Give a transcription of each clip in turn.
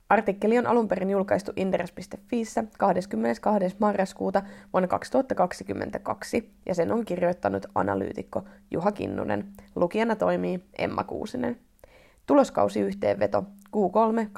Artikkeli on alun perin julkaistu Inderes.fiissä 22. marraskuuta vuonna 2022 ja sen on kirjoittanut analyytikko Juha Kinnunen. Lukijana toimii Emma Kuusinen. Tuloskausiyhteenveto Q3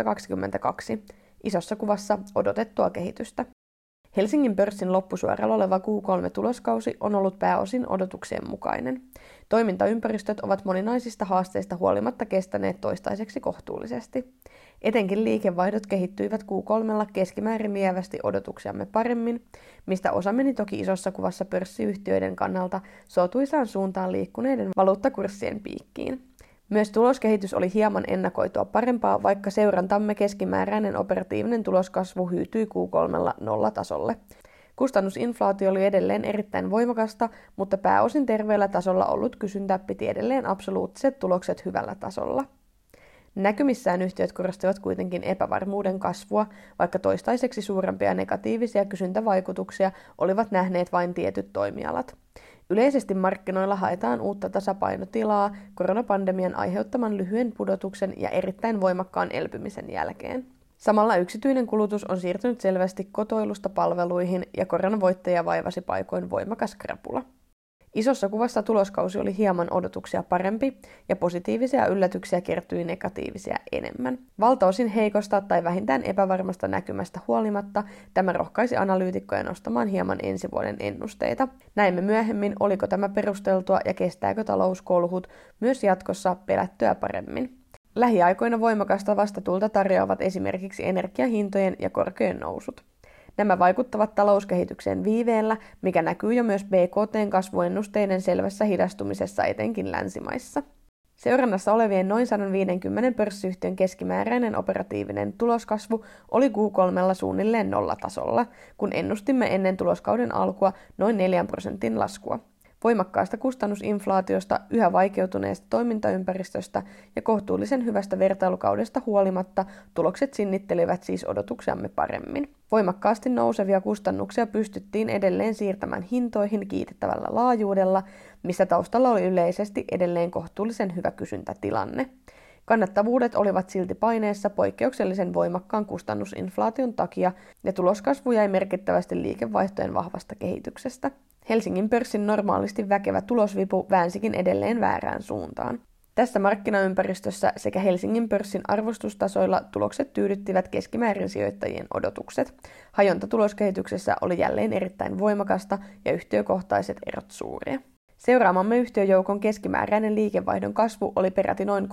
2022. Isossa kuvassa odotettua kehitystä. Helsingin pörssin loppusuoralla oleva Q3-tuloskausi on ollut pääosin odotuksien mukainen. Toimintaympäristöt ovat moninaisista haasteista huolimatta kestäneet toistaiseksi kohtuullisesti. Etenkin liikevaihdot kehittyivät Q3 keskimäärin lievästi odotuksiamme paremmin, mistä osa meni toki isossa kuvassa pörssiyhtiöiden kannalta suotuisaan suuntaan liikkuneiden valuuttakurssien piikkiin. Myös tuloskehitys oli hieman ennakoitua parempaa, vaikka seurantamme keskimääräinen operatiivinen tuloskasvu hyytyi Q3 nollatasolle. Kustannusinflaatio oli edelleen erittäin voimakasta, mutta pääosin terveellä tasolla ollut kysyntä piti edelleen absoluuttiset tulokset hyvällä tasolla. Näkymissään yhtiöt korostivat kuitenkin epävarmuuden kasvua, vaikka toistaiseksi suurempia negatiivisia kysyntävaikutuksia olivat nähneet vain tietyt toimialat. Yleisesti markkinoilla haetaan uutta tasapainotilaa koronapandemian aiheuttaman lyhyen pudotuksen ja erittäin voimakkaan elpymisen jälkeen. Samalla yksityinen kulutus on siirtynyt selvästi kotoilusta palveluihin ja koronavoittajia vaivasi paikoin voimakas krapula. Isossa kuvassa tuloskausi oli hieman odotuksia parempi ja positiivisia yllätyksiä kertyi negatiivisia enemmän. Valtaosin heikosta tai vähintään epävarmasta näkymästä huolimatta tämä rohkaisi analyytikkoja nostamaan hieman ensi vuoden ennusteita. Näimme myöhemmin, oliko tämä perusteltua ja kestääkö talouskolhut myös jatkossa pelättyä paremmin. Lähiaikoina voimakasta vastatulta tarjoavat esimerkiksi energiahintojen ja korkojen nousut. Nämä vaikuttavat talouskehitykseen viiveellä, mikä näkyy jo myös BKT:n kasvuennusteiden selvässä hidastumisessa etenkin länsimaissa. Seurannassa olevien noin 150 pörssiyhtiön keskimääräinen operatiivinen tuloskasvu oli Q3 suunnilleen nollatasolla, kun ennustimme ennen tuloskauden alkua noin 4% laskua. Voimakkaasta kustannusinflaatiosta, yhä vaikeutuneesta toimintaympäristöstä ja kohtuullisen hyvästä vertailukaudesta huolimatta tulokset sinnittelivät siis odotuksiamme paremmin. Voimakkaasti nousevia kustannuksia pystyttiin edelleen siirtämään hintoihin kiitettävällä laajuudella, missä taustalla oli yleisesti edelleen kohtuullisen hyvä kysyntätilanne. Kannattavuudet olivat silti paineessa poikkeuksellisen voimakkaan kustannusinflaation takia ja tuloskasvu jäi merkittävästi liikevaihtojen vahvasta kehityksestä. Helsingin pörssin normaalisti väkevä tulosvipu väänsikin edelleen väärään suuntaan. Tässä markkinaympäristössä sekä Helsingin pörssin arvostustasoilla tulokset tyydyttivät keskimäärin sijoittajien odotukset. Hajonta tuloskehityksessä oli jälleen erittäin voimakasta ja yhtiökohtaiset erot suuria. Seuraamamme yhtiöjoukon keskimääräinen liikevaihdon kasvu oli peräti noin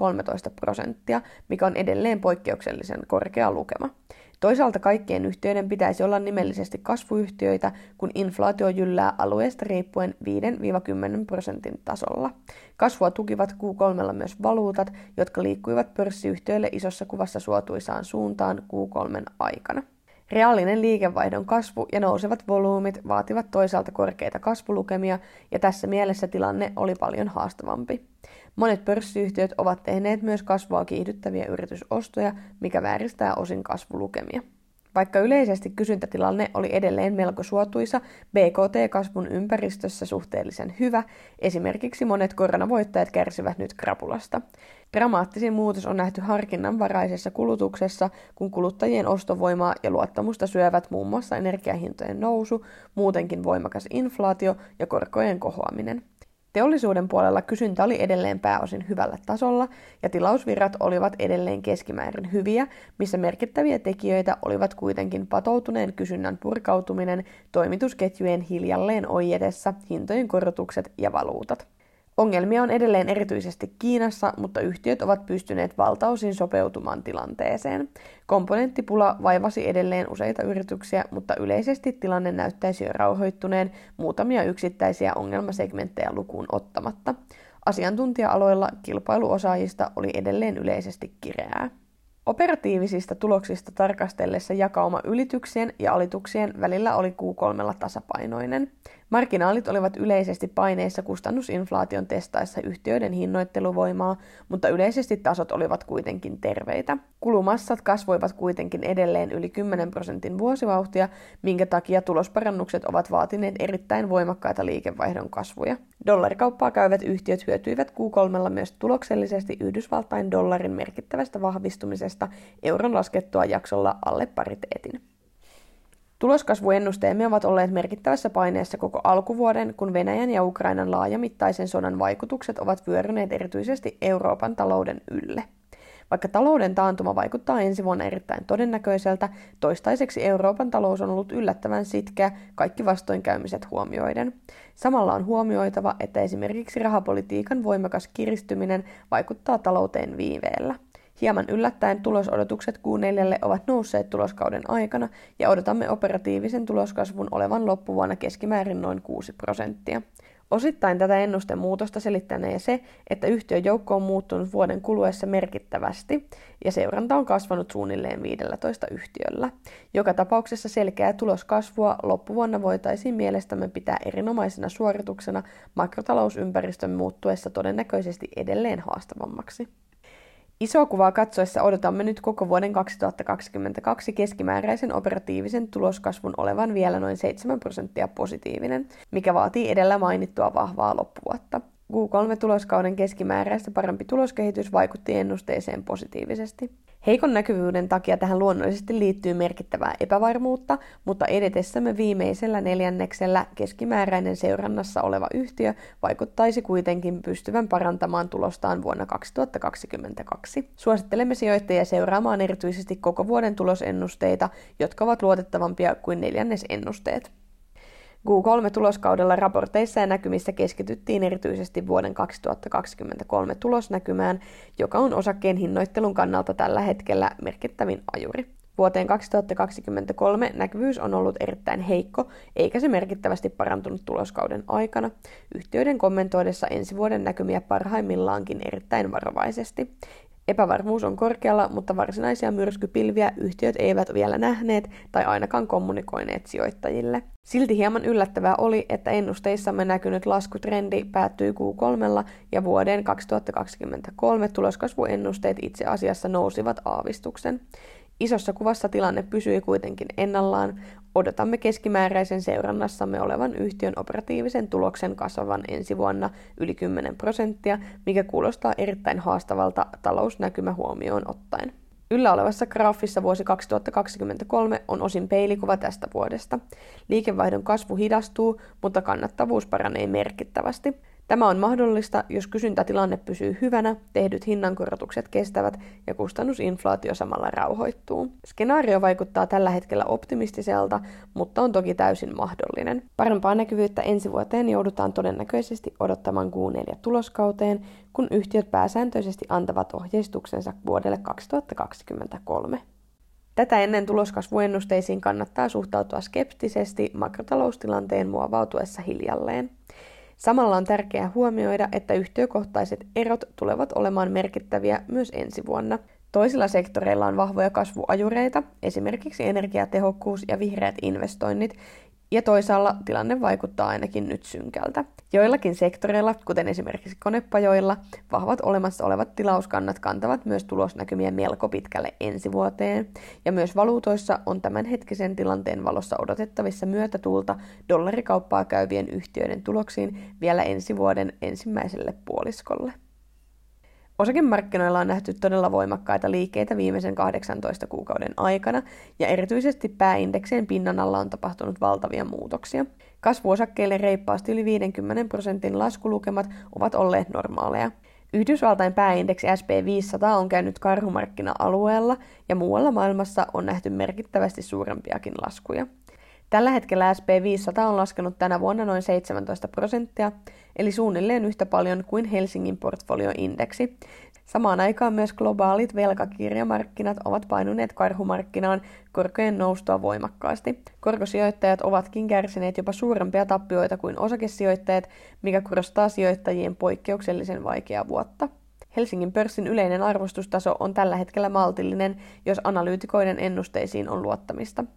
13%, mikä on edelleen poikkeuksellisen korkea lukema. Toisaalta kaikkien yhtiöiden pitäisi olla nimellisesti kasvuyhtiöitä, kun inflaatio jyllää alueesta riippuen 5-10% tasolla. Kasvua tukivat Q3 myös valuutat, jotka liikkuivat pörssiyhtiöille isossa kuvassa suotuisaan suuntaan Q3 aikana. Reaalinen liikevaihdon kasvu ja nousevat volyymit vaativat toisaalta korkeita kasvulukemia, ja tässä mielessä tilanne oli paljon haastavampi. Monet pörssiyhtiöt ovat tehneet myös kasvua kiihdyttäviä yritysostoja, mikä vääristää osin kasvulukemia. Vaikka yleisesti kysyntätilanne oli edelleen melko suotuisa, BKT-kasvun ympäristössä suhteellisen hyvä, esimerkiksi monet koronavoittajat kärsivät nyt krapulasta. Dramaattisin muutos on nähty harkinnanvaraisessa kulutuksessa, kun kuluttajien ostovoimaa ja luottamusta syövät muun muassa energiahintojen nousu, muutenkin voimakas inflaatio ja korkojen kohoaminen. Teollisuuden puolella kysyntä oli edelleen pääosin hyvällä tasolla ja tilausvirrat olivat edelleen keskimäärin hyviä, missä merkittäviä tekijöitä olivat kuitenkin patoutuneen kysynnän purkautuminen, toimitusketjujen hiljalleen oietessa, hintojen korotukset ja valuutat. Ongelmia on edelleen erityisesti Kiinassa, mutta yhtiöt ovat pystyneet valtaosin sopeutumaan tilanteeseen. Komponenttipula vaivasi edelleen useita yrityksiä, mutta yleisesti tilanne näyttäisi jo rauhoittuneen muutamia yksittäisiä ongelmasegmenttejä lukuun ottamatta. Asiantuntija-aloilla kilpailuosaajista oli edelleen yleisesti kireää. Operatiivisista tuloksista tarkastellessa jakauma ylityksien ja alituksien välillä oli Q3 tasapainoinen. Marginaalit olivat yleisesti paineissa kustannusinflaation testaessa yhtiöiden hinnoitteluvoimaa, mutta yleisesti tasot olivat kuitenkin terveitä. Kulumassat kasvoivat kuitenkin edelleen yli 10% vuosivauhtia, minkä takia tulosparannukset ovat vaatineet erittäin voimakkaita liikevaihdon kasvuja. Dollarikauppaa käyvät yhtiöt hyötyivät Q3 myös tuloksellisesti Yhdysvaltain dollarin merkittävästä vahvistumisesta euron laskettua jaksolla alle pariteetin. Tuloskasvuennusteemme ovat olleet merkittävässä paineessa koko alkuvuoden, kun Venäjän ja Ukrainan laajamittaisen sodan vaikutukset ovat vyöryneet erityisesti Euroopan talouden ylle. Vaikka talouden taantuma vaikuttaa ensi vuonna erittäin todennäköiseltä, toistaiseksi Euroopan talous on ollut yllättävän sitkeä kaikki vastoinkäymiset huomioiden. Samalla on huomioitava, että esimerkiksi rahapolitiikan voimakas kiristyminen vaikuttaa talouteen viiveellä. Hieman yllättäen tulosodotukset Q4 ovat nousseet tuloskauden aikana ja odotamme operatiivisen tuloskasvun olevan loppuvuonna keskimäärin noin 6%. Osittain tätä ennustemuutosta selittänee se, että yhtiön joukko on muuttunut vuoden kuluessa merkittävästi ja seuranta on kasvanut suunnilleen 15 yhtiöllä. Joka tapauksessa selkeää tuloskasvua loppuvuonna voitaisiin mielestämme pitää erinomaisena suorituksena makrotalousympäristön muuttuessa todennäköisesti edelleen haastavammaksi. Isoa kuvaa katsoessa odotamme nyt koko vuoden 2022 keskimääräisen operatiivisen tuloskasvun olevan vielä noin 7% positiivinen, mikä vaatii edellä mainittua vahvaa loppuvuotta. Q3-tuloskauden keskimääräistä parempi tuloskehitys vaikutti ennusteeseen positiivisesti. Heikon näkyvyyden takia tähän luonnollisesti liittyy merkittävää epävarmuutta, mutta edetessämme viimeisellä neljänneksellä keskimääräinen seurannassa oleva yhtiö vaikuttaisi kuitenkin pystyvän parantamaan tulostaan vuonna 2022. Suosittelemme sijoittajia seuraamaan erityisesti koko vuoden tulosennusteita, jotka ovat luotettavampia kuin neljännesennusteet. Q3-tuloskaudella raporteissa ja näkymissä keskityttiin erityisesti vuoden 2023 tulosnäkymään, joka on osakkeen hinnoittelun kannalta tällä hetkellä merkittävin ajuri. Vuoteen 2023 näkyvyys on ollut erittäin heikko, eikä se merkittävästi parantunut tuloskauden aikana, yhtiöiden kommentoidessa ensi vuoden näkymiä parhaimmillaankin erittäin varovaisesti. Epävarmuus on korkealla, mutta varsinaisia myrskypilviä yhtiöt eivät vielä nähneet tai ainakaan kommunikoineet sijoittajille. Silti hieman yllättävää oli, että ennusteissamme näkynyt laskutrendi päättyi Q3 ja vuoden 2023 tuloskasvuennusteet itse asiassa nousivat aavistuksen. Isossa kuvassa tilanne pysyi kuitenkin ennallaan. Odotamme keskimääräisen seurannassamme olevan yhtiön operatiivisen tuloksen kasvavan ensi vuonna yli 10%, mikä kuulostaa erittäin haastavalta talousnäkymä huomioon ottaen. Yllä olevassa graafissa vuosi 2023 on osin peilikuva tästä vuodesta. Liikevaihdon kasvu hidastuu, mutta kannattavuus paranee merkittävästi. Tämä on mahdollista, jos kysyntätilanne pysyy hyvänä, tehdyt hinnankorotukset kestävät ja kustannusinflaatio samalla rauhoittuu. Skenaario vaikuttaa tällä hetkellä optimistiselta, mutta on toki täysin mahdollinen. Parempaa näkyvyyttä ensi vuoteen joudutaan todennäköisesti odottamaan Q4-tuloskauteen, kun yhtiöt pääsääntöisesti antavat ohjeistuksensa vuodelle 2023. Tätä ennen tuloskasvuennusteisiin kannattaa suhtautua skeptisesti makrotaloustilanteen muovautuessa hiljalleen. Samalla on tärkeää huomioida, että yhtiökohtaiset erot tulevat olemaan merkittäviä myös ensi vuonna. Toisilla sektoreilla on vahvoja kasvuajureita, esimerkiksi energiatehokkuus ja vihreät investoinnit, ja toisaalla tilanne vaikuttaa ainakin nyt synkältä. Joillakin sektoreilla, kuten esimerkiksi konepajoilla, vahvat olemassa olevat tilauskannat kantavat myös tulosnäkymiä melko pitkälle ensi vuoteen, ja myös valuutoissa on tämänhetkisen tilanteen valossa odotettavissa myötätuulta dollarikauppaa käyvien yhtiöiden tuloksiin vielä ensi vuoden ensimmäiselle puoliskolle. Osakemarkkinoilla on nähty todella voimakkaita liikkeitä viimeisen 18 kuukauden aikana, ja erityisesti pääindeksien pinnan alla on tapahtunut valtavia muutoksia. Kasvuosakkeille reippaasti yli 50% laskulukemat ovat olleet normaaleja. Yhdysvaltain pääindeksi SP500 on käynyt karhumarkkina-alueella, ja muualla maailmassa on nähty merkittävästi suurempiakin laskuja. Tällä hetkellä SP500 on laskenut tänä vuonna noin 17%, eli suunnilleen yhtä paljon kuin Helsingin portfolioindeksi. Samaan aikaan myös globaalit velkakirjamarkkinat ovat painuneet karhumarkkinaan korkojen noustua voimakkaasti. Korkosijoittajat ovatkin kärsineet jopa suurempia tappioita kuin osakesijoittajat, mikä korostaa sijoittajien poikkeuksellisen vaikeaa vuotta. Helsingin pörssin yleinen arvostustaso on tällä hetkellä maltillinen, jos analyytikoiden ennusteisiin on luottamista.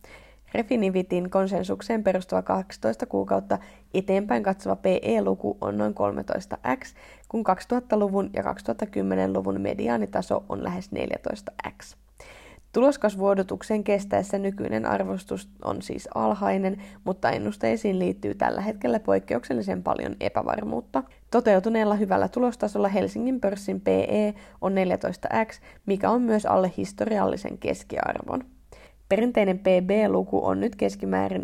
Refinivitin konsensukseen perustuva 12 kuukautta eteenpäin katsova PE-luku on noin 13x, kun 2000-luvun ja 2010-luvun mediaanitaso on lähes 14x. Tuloskasvuodotuksen kestäessä nykyinen arvostus on siis alhainen, mutta ennusteisiin liittyy tällä hetkellä poikkeuksellisen paljon epävarmuutta. Toteutuneella hyvällä tulostasolla Helsingin pörssin PE on 14x, mikä on myös alle historiallisen keskiarvon. Perinteinen PB-luku on nyt keskimäärin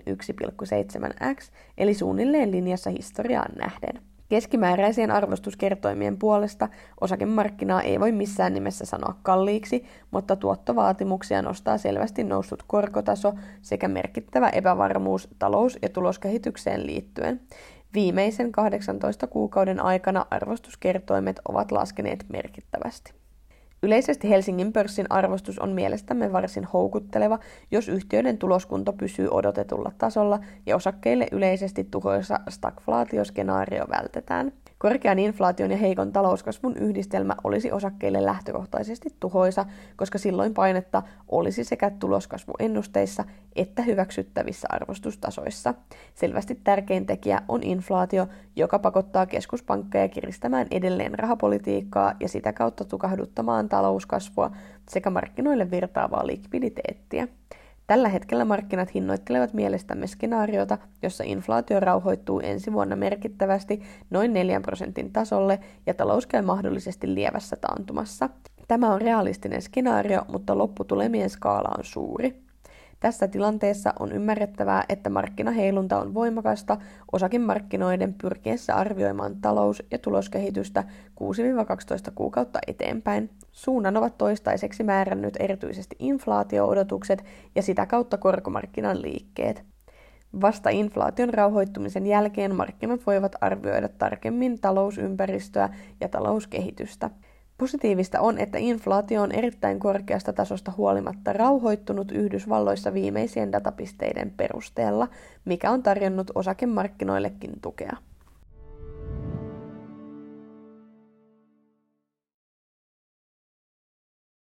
1,7x, eli suunnilleen linjassa historiaan nähden. Keskimääräisien arvostuskertoimien puolesta osakemarkkinaa ei voi missään nimessä sanoa kalliiksi, mutta tuottovaatimuksia nostaa selvästi noussut korkotaso sekä merkittävä epävarmuus talous- ja tuloskehitykseen liittyen. Viimeisen 18 kuukauden aikana arvostuskertoimet ovat laskeneet merkittävästi. Yleisesti Helsingin pörssin arvostus on mielestämme varsin houkutteleva, jos yhtiöiden tuloskunto pysyy odotetulla tasolla ja osakkeille yleisesti tuhoisa stagflaatioskenaario vältetään. Korkean inflaation ja heikon talouskasvun yhdistelmä olisi osakkeille lähtökohtaisesti tuhoisa, koska silloin painetta olisi sekä tuloskasvuennusteissa että hyväksyttävissä arvostustasoissa. Selvästi tärkein tekijä on inflaatio, joka pakottaa keskuspankkeja kiristämään edelleen rahapolitiikkaa ja sitä kautta tukahduttamaan talouskasvua sekä markkinoille virtaavaa likviditeettiä. Tällä hetkellä markkinat hinnoittelevat mielestämme skenaariota, jossa inflaatio rauhoittuu ensi vuonna merkittävästi noin 4% tasolle ja talous käy mahdollisesti lievässä taantumassa. Tämä on realistinen skenaario, mutta lopputulemien skaala on suuri. Tässä tilanteessa on ymmärrettävää, että markkinaheilunta on voimakasta osakemarkkinoiden pyrkiessä arvioimaan talous- ja tuloskehitystä 6-12 kuukautta eteenpäin. Suunnan ovat toistaiseksi määrännyt erityisesti inflaatio-odotukset ja sitä kautta korkomarkkinan liikkeet. Vasta inflaation rauhoittumisen jälkeen markkinat voivat arvioida tarkemmin talousympäristöä ja talouskehitystä. Positiivista on, että inflaatio on erittäin korkeasta tasosta huolimatta rauhoittunut Yhdysvalloissa viimeisien datapisteiden perusteella, mikä on tarjonnut osakemarkkinoillekin tukea.